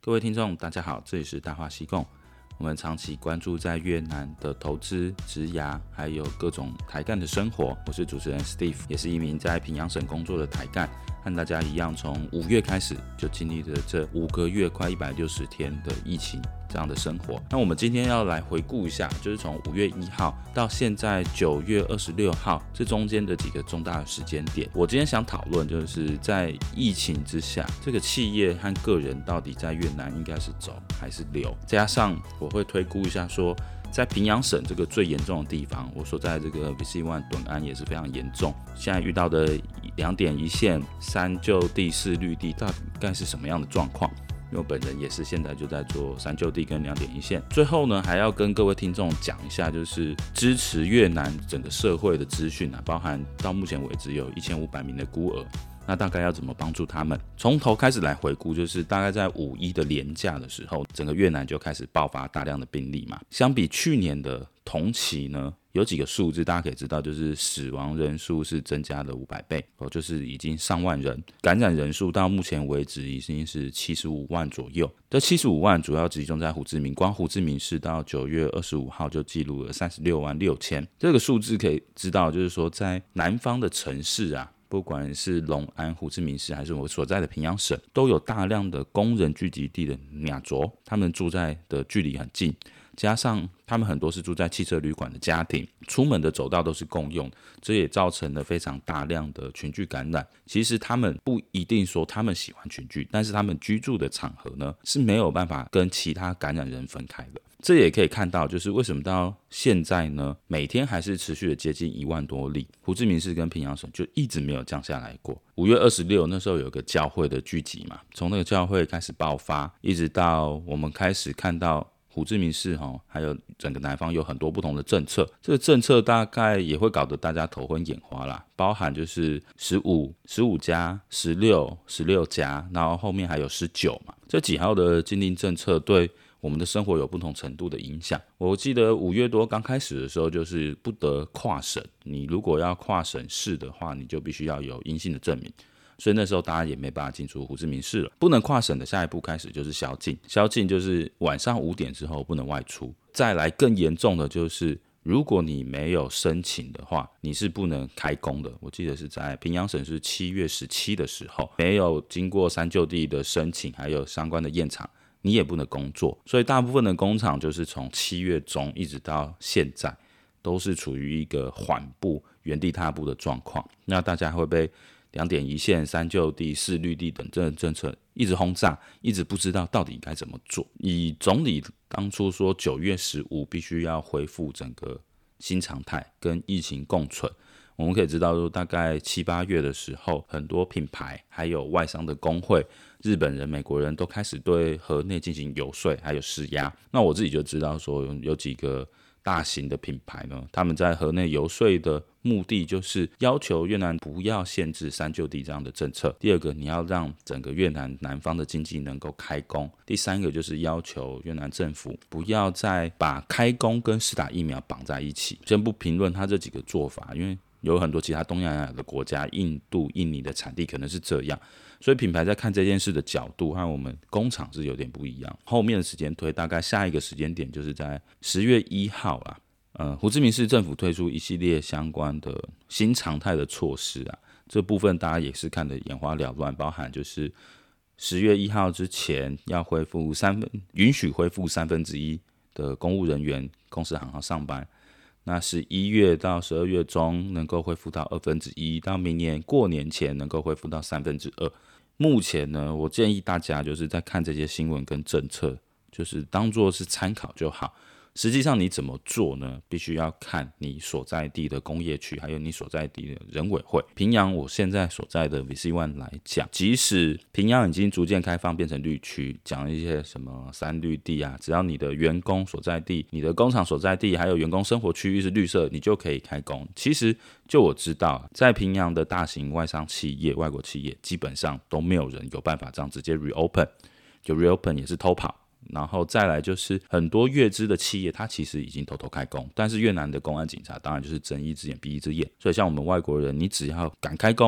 各位听众，大家好，这里是大话西贡。我们长期关注在越南的投资、职涯，还有各种台干的生活。我是主持人 Steve， 也是一名在平阳省工作的台干，和大家一样，从5月开始就经历了这5个月快160天的疫情这样的生活。那我们今天要来回顾一下，就是从5月1号到现在9月26号这中间的几个重大的时间点。我今天想讨论，就是在疫情之下，这个企业和个人到底在越南应该是走还是留？加上我会推估一下说，在平阳省这个最严重的地方，我所在的这个 VC1 趸安也是非常严重。现在遇到的2点一线、3就地、4绿地，大概是什么样的状况？因为我本人也是现在就在做3就地跟2点一线。最后呢，还要跟各位听众讲一下，就是支持越南整个社会的资讯啊，包含到目前为止有1500名的孤儿。那大概要怎么帮助他们？从头开始来回顾，就是大概在5·1的连假的时候，整个越南就开始爆发大量的病例嘛。相比去年的同期呢，有几个数字大家可以知道，就是死亡人数是增加了500倍，就是已经上万人，感染人数到目前为止已经是75万左右。这75万主要集中在胡志明，光胡志明市到9月25号就记录了36万6千。这个数字可以知道，就是说在南方的城市啊，不管是隆安、胡志明市，还是我所在的平阳省，都有大量的工人聚集地的雅族，他们住在的距离很近，加上他们很多是住在汽车旅馆的家庭，出门的走道都是共用，这也造成了非常大量的群聚感染。其实他们不一定说他们喜欢群聚，但是他们居住的场合呢，是没有办法跟其他感染人分开的。这也可以看到，就是为什么到现在呢，每天还是持续的接近1万多例，胡志明市跟平阳省就一直没有降下来过。5月26那时候有个教会的聚集嘛，从那个教会开始爆发，一直到我们开始看到胡志明市还有整个南方有很多不同的政策，这个政策大概也会搞得大家头昏眼花啦，包含就是15、15加、16、16加，然后后面还有19嘛，这几号的禁令政策对我们的生活有不同程度的影响。我记得5月多刚开始的时候，就是不得跨省，你如果要跨省市的话，你就必须要有阴性的证明。所以那时候大家也没办法进出胡志明市了。不能跨省的下一步开始就是宵禁，宵禁就是晚上5点之后不能外出。再来更严重的就是，如果你没有申请的话，你是不能开工的。我记得是在平阳省是7月17的时候，没有经过3就地的申请，还有相关的验厂，你也不能工作。所以大部分的工厂就是从7月中一直到现在，都是处于一个缓步、原地踏步的状况。那大家会被2点一线、3就地、4绿地等政策一直轰炸，一直不知道到底该怎么做。以总理当初说9月15必须要恢复整个新常态，跟疫情共存，我们可以知道说，大概7、8月的时候，很多品牌还有外商的工会，日本人、美国人都开始对河内进行游说，还有施压。那我自己就知道说，有几个大型的品牌呢，他们在河内游说的目的就是要求越南不要限制3就地这样的政策。第二个，你要让整个越南南方的经济能够开工。第三个就是要求越南政府不要再把开工跟施打疫苗绑在一起。先不评论他这几个做法，因为有很多其他东南亚的国家，印度、印尼的产地可能是这样，所以品牌在看这件事的角度和我们工厂是有点不一样。后面的时间推，大概下一个时间点就是在10月1号啦。胡志明市政府推出一系列相关的新常态的措施啊，这部分大家也是看得眼花缭乱，包含就是10月1号之前要允许恢复1/3的公务人员公司行号上班。那11月到12月中能够恢复到1/2，到明年过年前能够恢复到2/3。目前呢，我建议大家就是在看这些新闻跟政策，就是当作是参考就好。实际上你怎么做呢？必须要看你所在地的工业区，还有你所在地的人委会。平阳我现在所在的 VC1 来讲，即使平阳已经逐渐开放变成绿区，讲一些什么3绿地啊，只要你的员工所在地、你的工厂所在地，还有员工生活区域是绿色，你就可以开工。其实就我知道，在平阳的大型外商企业、外国企业，基本上都没有人有办法这样直接 reopen， 就 reopen 也是偷跑。然后再来就是很多越资的企业，它其实已经偷偷开工，但是越南的公安警察当然就是睁一只眼闭一只眼，所以像我们外国人，你只要敢开工，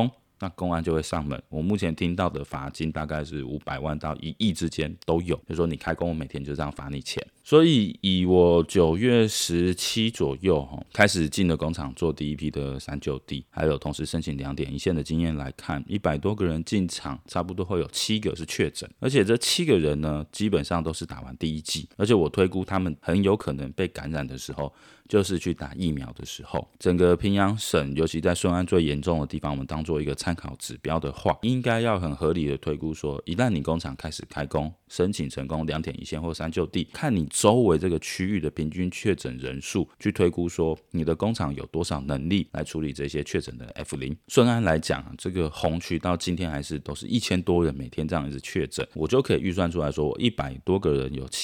那公安就会上门。我目前听到的罚金大概是500万到1亿之间都有，就是说你开工，我每天就这样罚你钱。所以以我9月17左右开始进了工厂做第一批的396D，还有同时申请2点一线的经验来看，100多个人进场，差不多会有7个是确诊，而且这7个人呢，基本上都是打完第一剂，而且我推估他们很有可能被感染的时候，就是去打疫苗的时候。整个屏阳省，尤其在顺安最严重的地方，我们当做一个参考指标的话，应该要很合理的推估说，一旦你工厂开始开工，申请成功2点一线或396D，看你周围这个区域的平均确诊人数，去推估说你的工厂有多少能力来处理这些确诊的 F0。顺安来讲，这个红区到今天还是都是1000多人每天这样一直确诊，我就可以预算出来说，我100多个人有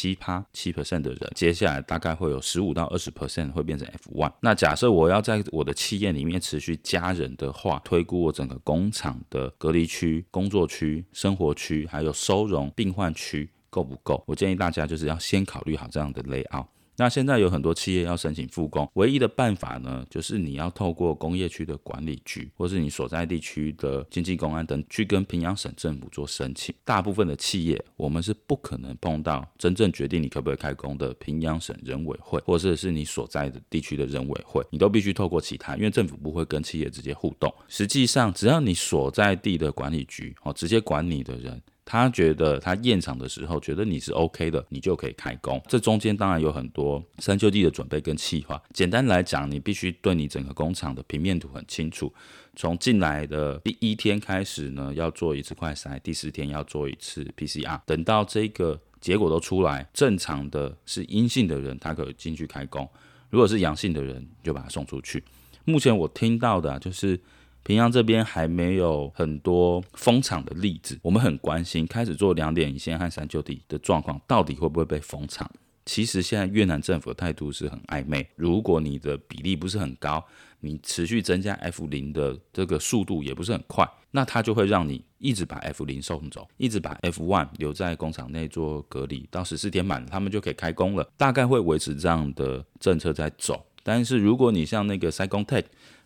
7% 的人，接下来大概会有15到20% 会变成 F1。那假设我要在我的企业里面持续加人的话，推估我整个工厂的隔离区、工作区、生活区还有收容病患区够不够？我建议大家就是要先考虑好这样的 layout。那现在有很多企业要申请复工，唯一的办法呢，就是你要透过工业区的管理局，或是你所在地区的经济公安等，去跟屏阳省政府做申请。大部分的企业，我们是不可能碰到真正决定你可不可以开工的屏阳省人委会，或者是你所在的地区的人委会，你都必须透过其他，因为政府不会跟企业直接互动。实际上，只要你所在地的管理局直接管你的人，他觉得他验厂的时候觉得你是 OK 的，你就可以开工。这中间当然有很多396D的准备跟企划。简单来讲，你必须对你整个工厂的平面图很清楚。从进来的第1天开始呢，要做一次快筛，第10天要做一次 PCR。等到这个结果都出来，正常的是阴性的人，他可以进去开工；如果是阳性的人，就把他送出去。目前我听到的就是屏阳这边还没有很多封厂的例子，我们很关心开始做2点一线和396D的状况到底会不会被封厂。其实现在越南政府的态度是很暧昧，如果你的比例不是很高，你持续增加 F0 的这个速度也不是很快，那它就会让你一直把 F0 送走，一直把 F1 留在工厂内做隔离，到14天满了他们就可以开工了，大概会维持这样的政策在走。但是如果你像那个 Saigon-Tech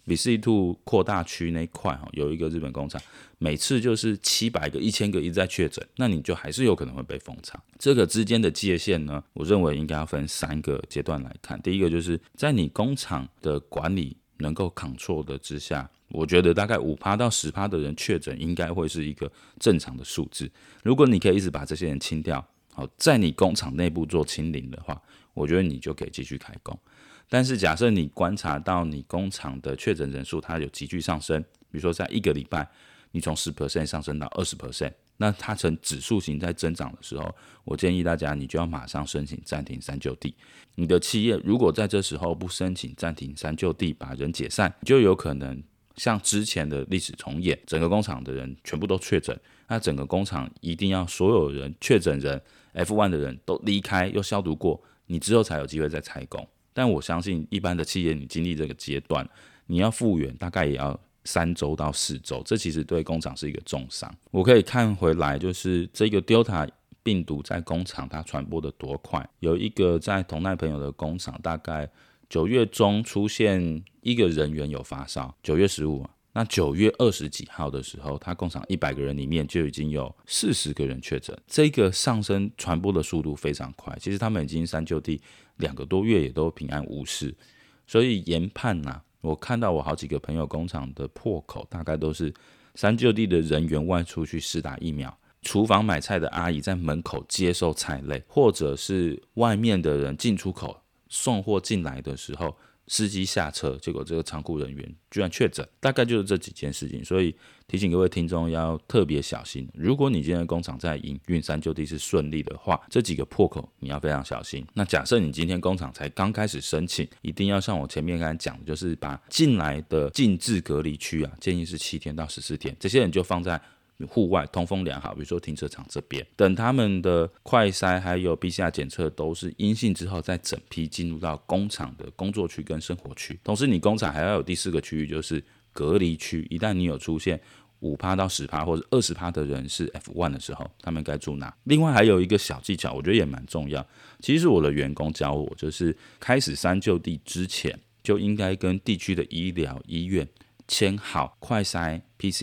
VC2 扩大区那一块有一个日本工厂，每次就是700个、1000个一直在确诊，那你就还是有可能会被封厂。这个之间的界限呢，我认为应该要分3个阶段来看。第一个就是在你工厂的管理能够 control 的之下，我觉得大概 5% 到 10% 的人确诊应该会是一个正常的数字。如果你可以一直把这些人清掉，在你工厂内部做清零的话，我觉得你就可以继续开工。但是假设你观察到你工厂的确诊人数它有急剧上升，比如说在1个礼拜你从 10% 上升到 20%， 那它呈指数型在增长的时候，我建议大家你就要马上申请暂停396D。你的企业如果在这时候不申请暂停396D，把人解散，就有可能像之前的历史重演，整个工厂的人全部都确诊，那整个工厂一定要所有人确诊人 F1 的人都离开又消毒过，你之后才有机会再拆工。但我相信一般的企业，你经历这个阶段，你要复原大概也要3周到4周，这其实对工厂是一个重伤。我可以看回来，就是这个 Delta 病毒在工厂它传播的多快。有一个在同奈朋友的工厂，大概9月中出现一个人员有发烧，9月15，那9月20几号的时候，他工厂100个人里面就已经有40个人确诊，这个上升传播的速度非常快。其实他们已经396D 2个多月也都平安无事，所以研判我看到我好几个朋友工厂的破口，大概都是396D 的人员外出去施打疫苗，厨房买菜的阿姨在门口接受菜类，或者是外面的人进出口送货进来的时候，司机下车，结果这个仓库人员居然确诊，大概就是这几件事情。所以提醒各位听众要特别小心，如果你今天的工厂在营运396D 是顺利的话，这几个破口你要非常小心。那假设你今天工厂才刚开始申请，一定要像我前面刚才讲的，就是把进来的禁制隔离区建议是7天到14天，这些人就放在户外通风良好，比如说停车场这边，等他们的快筛还有 PCR 检测都是阴性之后，再整批进入到工厂的工作区跟生活区。同时你工厂还要有第4个区域，就是隔离区，一旦你有出现5% 到 10% 或者 20% 的人是 F1 的时候，他们该住哪？另外还有一个小技巧，我觉得也蛮重要，其实是我的员工教我，就是开始396D之前就应该跟地区的医疗医院签好快筛 PCR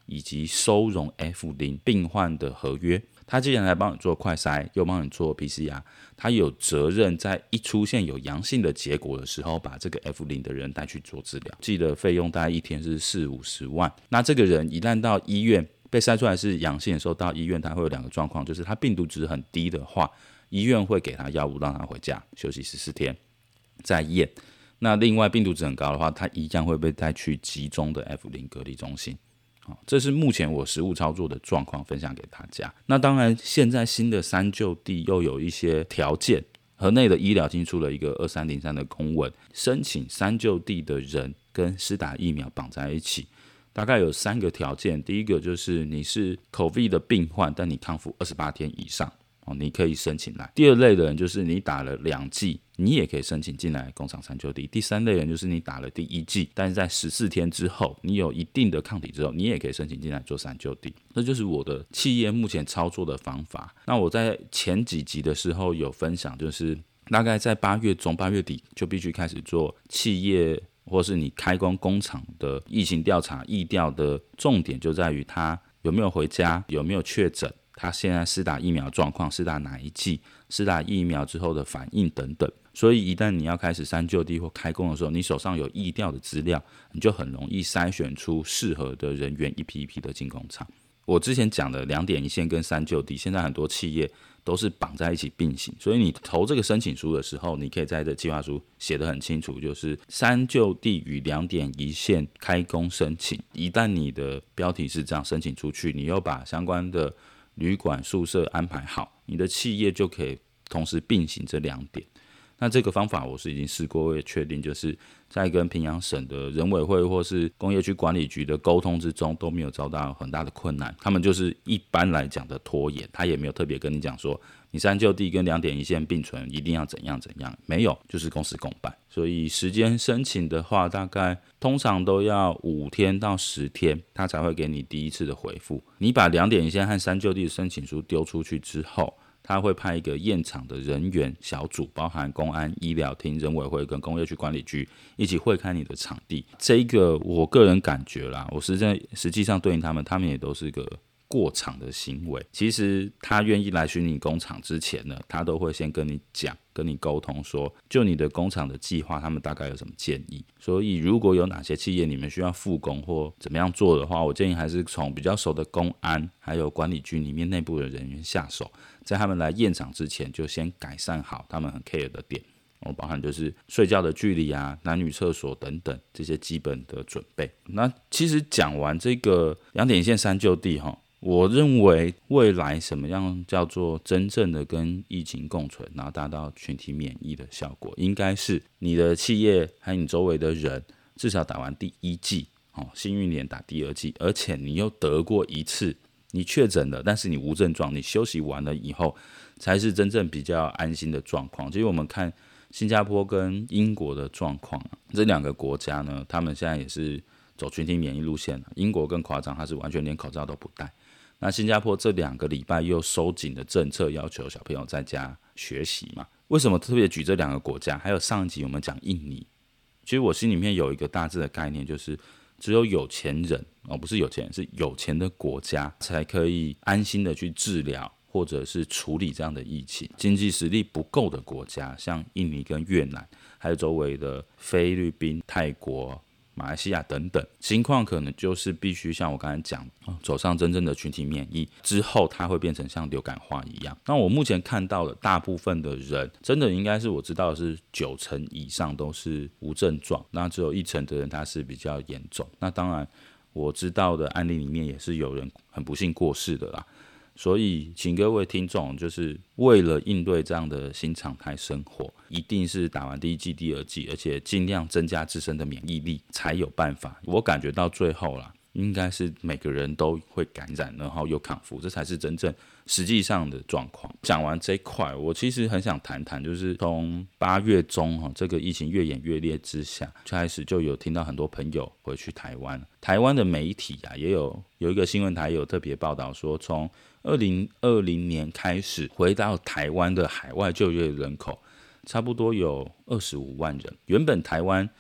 以及收容 F0 病患的合约。他既然来帮你做快筛，又帮你做 PCR， 他有责任在一出现有阳性的结果的时候，把这个 F0 的人带去做治疗。记得费用大概一天是40-50万。那这个人一旦到医院被筛出来是阳性的时候，到医院他会有两个状况，就是他病毒值很低的话，医院会给他药物让他回家休息14天再验。那另外病毒值很高的话，他一样会被带去集中的 F0 隔离中心。这是目前我实务操作的状况，分享给大家。那当然现在新的3就地又有一些条件，河内的医疗厅出了一个2303的公文，申请3就地的人跟施打疫苗绑在一起，大概有3个条件。第一个就是你是 COVID 的病患，但你康复28天以上，你可以申请来。第二类的人就是你打了2剂，你也可以申请进来工厂3就地。第三类人就是你打了第1剂，但是在14天之后，你有一定的抗体之后，你也可以申请进来做3就地。这就是我的企业目前操作的方法。那我在前几集的时候有分享，就是大概在8月中、8月底就必须开始做企业或是你开工厂的疫情调查。疫调的重点就在于他有没有回家，有没有确诊，他现在施打疫苗状况，施打哪一剂，施打疫苗之后的反应等等。所以一旦你要开始3就地或开工的时候，你手上有疫调的资料，你就很容易筛选出适合的人员，一批一批的进工厂。我之前讲的2点一线跟3就地，现在很多企业都是绑在一起并行，所以你投这个申请书的时候，你可以在这计划书写得很清楚，就是3就地与2点一线开工申请。一旦你的标题是这样申请出去，你又把相关的旅馆宿舍安排好，你的企业就可以同时并行这2点。那这个方法我是已经试过，我也确定就是在跟屏阳省的人委会或是工业区管理局的沟通之中都没有遭到很大的困难。他们就是一般来讲的拖延，他也没有特别跟你讲说你3就地跟2点一线并存一定要怎样怎样，没有，就是公事公办。所以时间申请的话，大概通常都要5天到10天，他才会给你第一次的回复。你把2点一线和3就地的申请书丢出去之后，他会派一个验场的人员小组，包含公安、医疗厅、人委会跟工业区管理局一起会看你的场地。这个我个人感觉啦，我实际上对应他们也都是个过场的行为。其实他愿意来巡你工厂之前呢，他都会先跟你讲，跟你沟通说，就你的工厂的计划，他们大概有什么建议。所以如果有哪些企业你们需要复工或怎么样做的话，我建议还是从比较熟的公安还有管理局里面内部的人员下手，在他们来验场之前就先改善好他们很 care 的点，包含就是睡觉的距离啊、男女厕所等等这些基本的准备。那其实讲完这个2点一线3就地，我认为未来什么样叫做真正的跟疫情共存，然后达到群体免疫的效果，应该是你的企业还有你周围的人至少打完第1剂，幸运点打第2剂，而且你又得过1次，你确诊了，但是你无症状，你休息完了以后，才是真正比较安心的状况。其实我们看新加坡跟英国的状况，这2个国家呢，他们现在也是走群体免疫路线。英国更夸张，它是完全连口罩都不戴。那新加坡这2个礼拜又收紧的政策，要求小朋友在家学习嘛。为什么特别举这2个国家？还有上一集我们讲印尼，其实我心里面有一个大致的概念，就是只有有钱人，不是有钱人，是有钱的国家才可以安心的去治疗或者是处理这样的疫情。经济实力不够的国家，像印尼跟越南，还有周围的菲律宾、泰国、马来西亚等等，情况可能就是必须像我刚才讲，走上真正的群体免疫之后，它会变成像流感化一样。那我目前看到的大部分的人，真的应该是我知道的是90%以上都是无症状，那只有1%的人他是比较严重。那当然我知道的案例里面也是有人很不幸过世的啦。所以请各位听众，就是为了应对这样的新常态生活，一定是打完第1剂、第2剂，而且尽量增加自身的免疫力才有办法。我感觉到最后啦，应该是每个人都会感染，然后又康复，这才是真正实际上的状况。讲完这一块，我其实很想谈谈，就是从8月中这个疫情越演越烈之下，开始就有听到很多朋友回去台湾。台湾的媒体啊，也有一个新闻台也有特别报道说，从2020年开始回到台湾的海外就业人口， 差不多有25万人。原本台湾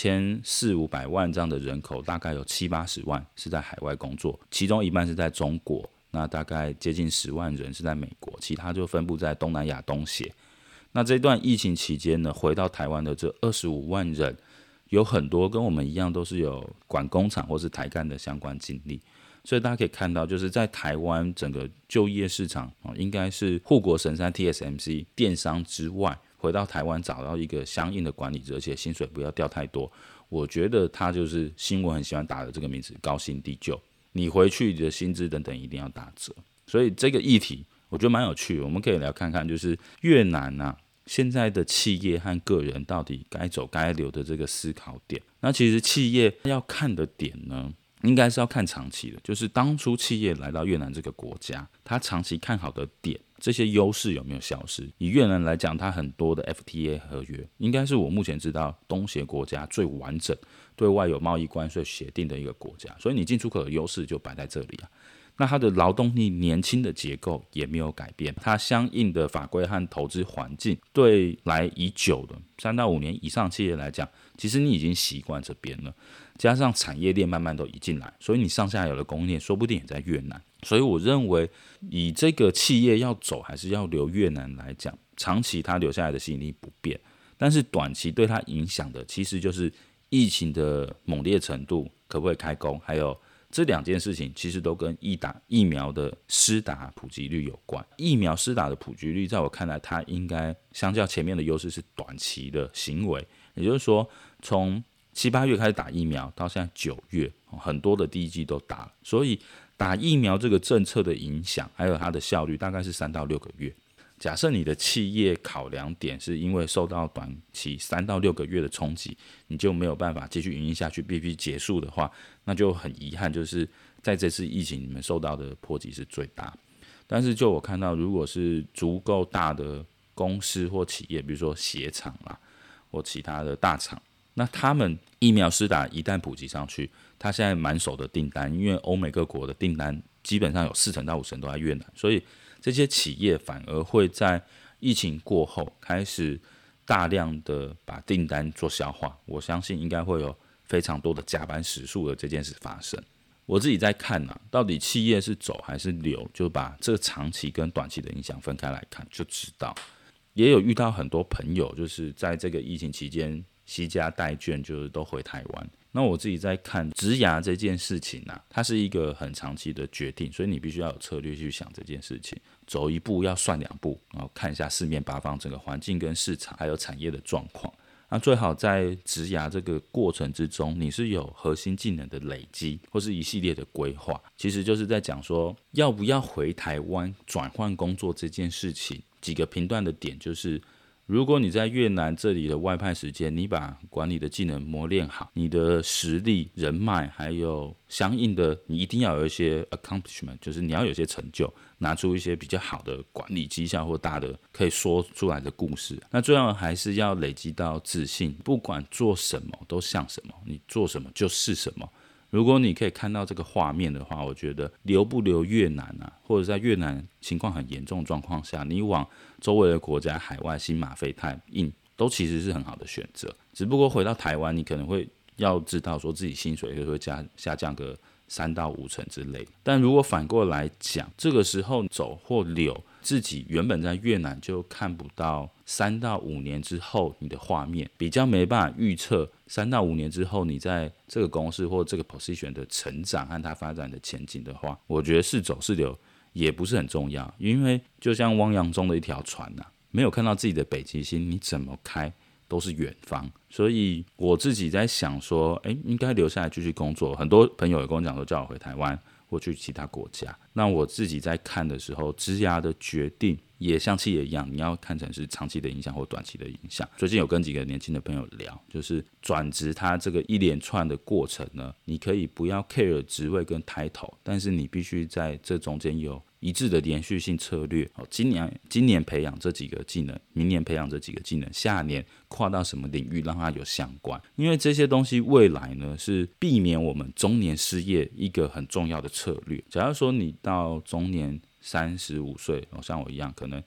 2400-500万这样的人口，大概有70-80万是在海外工作，其中一半是在中国，那大概接近10万人是在美国，其他就分布在东南亚东协。那这段疫情期间呢，回到台湾的这25万人，有很多跟我们一样都是有管工厂或是台干的相关经历。所以大家可以看到，就是在台湾整个就业市场，应该是护国神山 TSMC 电商之外，回到台湾找到一个相应的管理者，而且薪水不要掉太多。我觉得他就是新闻很喜欢打的这个名字，高薪低就。你回去你的薪资等等一定要打折。所以这个议题我觉得蛮有趣的，我们可以来看看，就是越南啊，现在的企业和个人到底该走该留的这个思考点。那其实企业要看的点呢，应该是要看长期的，就是当初企业来到越南这个国家，它长期看好的点，这些优势有没有消失？以越南来讲，它很多的 FTA 合约，应该是我目前知道东协国家最完整，对外有贸易关税协定的一个国家，所以你进出口的优势就摆在这里啊。那它的劳动力年轻的结构也没有改变，它相应的法规和投资环境对来已久的3到5年以上企业来讲，其实你已经习惯这边了，加上产业链慢慢都移进来，所以你上下游的供应链说不定也在越南。所以我认为以这个企业要走还是要留越南来讲，长期它留下来的吸引力不变，但是短期对它影响的其实就是疫情的猛烈程度，可不可以开工，还有这两件事情其实都跟疫苗的施打普及率有关。疫苗施打的普及率在我看来，它应该相较前面的优势是短期的行为，也就是说从7、8月开始打疫苗到现在9月，很多的第一剂都打了，所以打疫苗这个政策的影响还有它的效率大概是3到6个月。假设你的企业考量点是因为受到短期3到6个月的冲击，你就没有办法继续营运下去，必须结束的话，那就很遗憾，就是在这次疫情你们受到的波及是最大。但是就我看到，如果是足够大的公司或企业，比如说鞋厂啦或其他的大厂，那他们疫苗施打一旦普及上去，他现在满手的订单，因为欧美各国的订单基本上有40%到50%都在越南，所以这些企业反而会在疫情过后开始大量的把订单做消化，我相信应该会有非常多的加班时数的这件事发生。我自己在看到底企业是走还是留，就把这个长期跟短期的影响分开来看就知道。也有遇到很多朋友就是在这个疫情期间惜家带眷，就是都回台湾。那我自己在看职涯这件事情它是一个很长期的决定，所以你必须要有策略去想这件事情，走一步要算2步，然后看一下四面八方整个环境跟市场还有产业的状况。那最好在职涯这个过程之中，你是有核心技能的累积，或是一系列的规划，其实就是在讲说要不要回台湾转换工作这件事情。几个评断的点就是，如果你在越南这里的外派时间，你把管理的技能磨练好，你的实力、人脉还有相应的，你一定要有一些 accomplishment， 就是你要有一些成就，拿出一些比较好的管理绩效或大的可以说出来的故事。那最后还是要累积到自信，不管做什么都像什么，你做什么就是什么。如果你可以看到这个画面的话，我觉得留不留越南或者在越南情况很严重的状况下，你往周围的国家、海外、新马、菲泰、印都其实是很好的选择。只不过回到台湾，你可能会要知道说自己薪水会下降个3到5成之类的。但如果反过来讲，这个时候走或留，自己原本在越南就看不到3到5年之后你的画面，比较没办法预测3到5年之后你在这个公司或这个 position 的成长和它发展的前景的话，我觉得是走是留也不是很重要。因为就像汪洋中的一条船没有看到自己的北极星，你怎么开都是远方。所以我自己在想说应该留下来继续工作。很多朋友也跟我讲说叫我回台湾或去其他国家。那我自己在看的时候，职涯的决定也像企业一样，你要看成是长期的影响或短期的影响。最近有跟几个年轻的朋友聊，就是转职它这个一连串的过程呢，你可以不要 care 职位跟 title， 但是你必须在这中间有一致的连续性策略。今年培养这几个技能，明年培养这几个技能，下年跨到什么领域让它有相关。因为这些东西未来呢是避免我们中年失业一个很重要的策略。假如说你到中年35岁，像我一样可能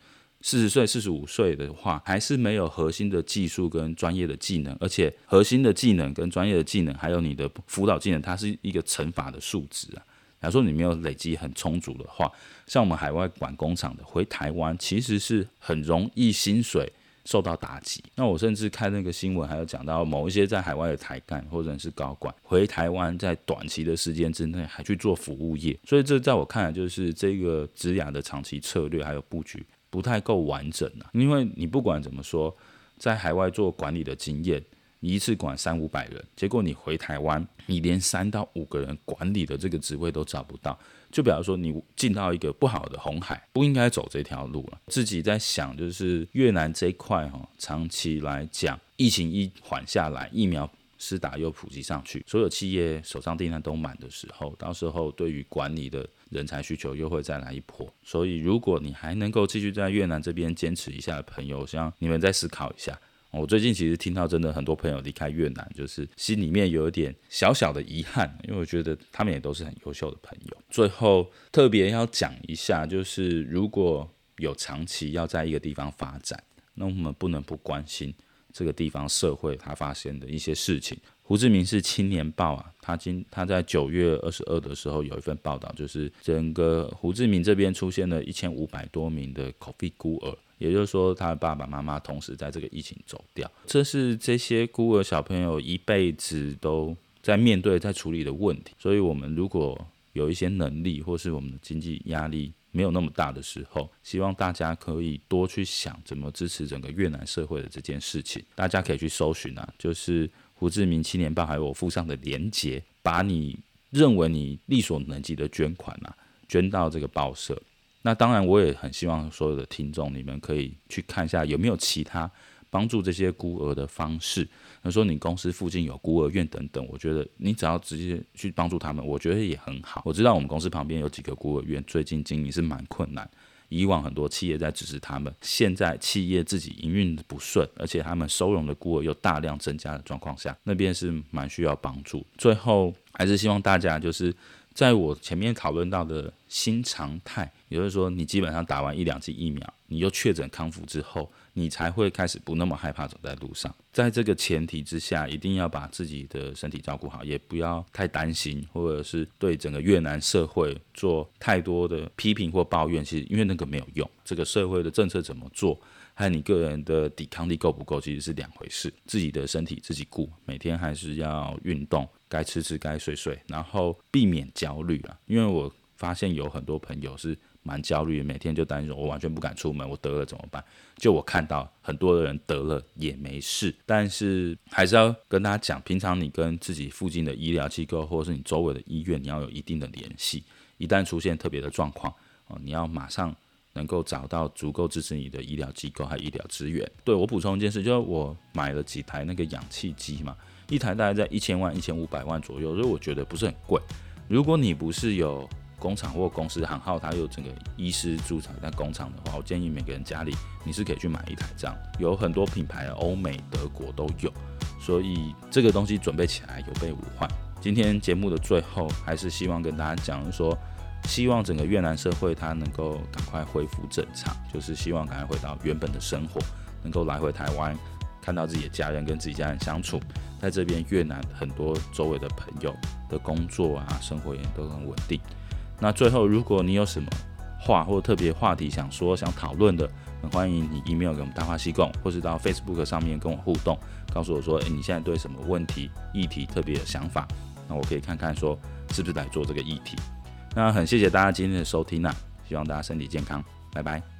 40岁、45岁的话，还是没有核心的技术跟专业的技能，而且核心的技能跟专业的技能，还有你的辅导技能，它是一个乘法的数值啊。假如说你没有累积很充足的话，像我们海外管工厂的回台湾，其实是很容易薪水受到打击。那我甚至看那个新闻，还有讲到某一些在海外的台干或者是高管回台湾，在短期的时间之内还去做服务业，所以这在我看来就是这个职涯的长期策略还有布局不太够完整啊。因为你不管怎么说，在海外做管理的经验，你一次管300-500人，结果你回台湾，你连3到5个人管理的这个职位都找不到。就比方说你进到一个不好的红海，不应该走这条路了。自己在想，就是越南这一块长期来讲，疫情一缓下来，疫苗施打又普及上去，所有企业手上订单都满的时候，到时候对于管理的人才需求又会再来一波。所以如果你还能够继续在越南这边坚持一下的朋友，我希望你们再思考一下。我最近其实听到真的很多朋友离开越南，就是心里面有一点小小的遗憾，因为我觉得他们也都是很优秀的朋友。最后特别要讲一下，就是如果有长期要在一个地方发展，那我们不能不关心这个地方社会它发生的一些事情。胡志明市青年报啊，他在9月22的时候有一份报道，就是整个胡志明这边出现了1500多名的 COVID 孤儿，也就是说他的爸爸妈妈同时在这个疫情走掉，这是这些孤儿小朋友一辈子都在面对在处理的问题。所以我们如果有一些能力，或是我们的经济压力没有那么大的时候，希望大家可以多去想怎么支持整个越南社会的这件事情。大家可以去搜寻啊，就是胡志明青年报还有我附上的连结，把你认为你力所能及的捐款捐到这个报社。那当然我也很希望所有的听众，你们可以去看一下有没有其他帮助这些孤儿的方式。比如说你公司附近有孤儿院等等，我觉得你只要直接去帮助他们，我觉得也很好。我知道我们公司旁边有几个孤儿院，最近经营是蛮困难，以往很多企业在支持他们，现在企业自己营运不顺，而且他们收容的孤儿又大量增加的状况下，那边是蛮需要帮助。最后还是希望大家就是在我前面讨论到的新常态，也就是说你基本上打完1-2剂疫苗，你又确诊康复之后，你才会开始不那么害怕走在路上。在这个前提之下，一定要把自己的身体照顾好，也不要太担心，或者是对整个越南社会做太多的批评或抱怨，其实因为那个没有用。这个社会的政策怎么做，和你个人的抵抗力够不够，其实是2回事。自己的身体自己顾，每天还是要运动，该吃吃该睡睡，然后避免焦虑啦。因为我发现有很多朋友是蛮焦虑的，每天就担心我完全不敢出门，我得了怎么办？就我看到很多的人得了也没事，但是还是要跟大家讲，平常你跟自己附近的医疗机构或者是你周围的医院，你要有一定的联系。一旦出现特别的状况，你要马上能够找到足够支持你的医疗机构和医疗资源。对，我补充一件事，就是我买了几台那个氧气机嘛，一台大概在1000万、1500万左右，所以我觉得不是很贵。如果你不是有工厂或公司行号，它有整个医师驻场在工厂的话，我建议每个人家里你是可以去买一台这样，有很多品牌，欧美、德国都有，所以这个东西准备起来有备无患。今天节目的最后，还是希望跟大家讲说，希望整个越南社会它能够赶快恢复正常，就是希望赶快回到原本的生活，能够来回台湾，看到自己的家人，跟自己家人相处。在这边越南很多周围的朋友的工作啊、生活也都很稳定。那最后，如果你有什么话或特别话题想说、想讨论的，很欢迎你 email 给我们大话西贡，或是到 Facebook 上面跟我互动，告诉我说，你现在对什么问题、议题特别有想法，那我可以看看说是不是来做这个议题。那很谢谢大家今天的收听啊，希望大家身体健康，拜拜。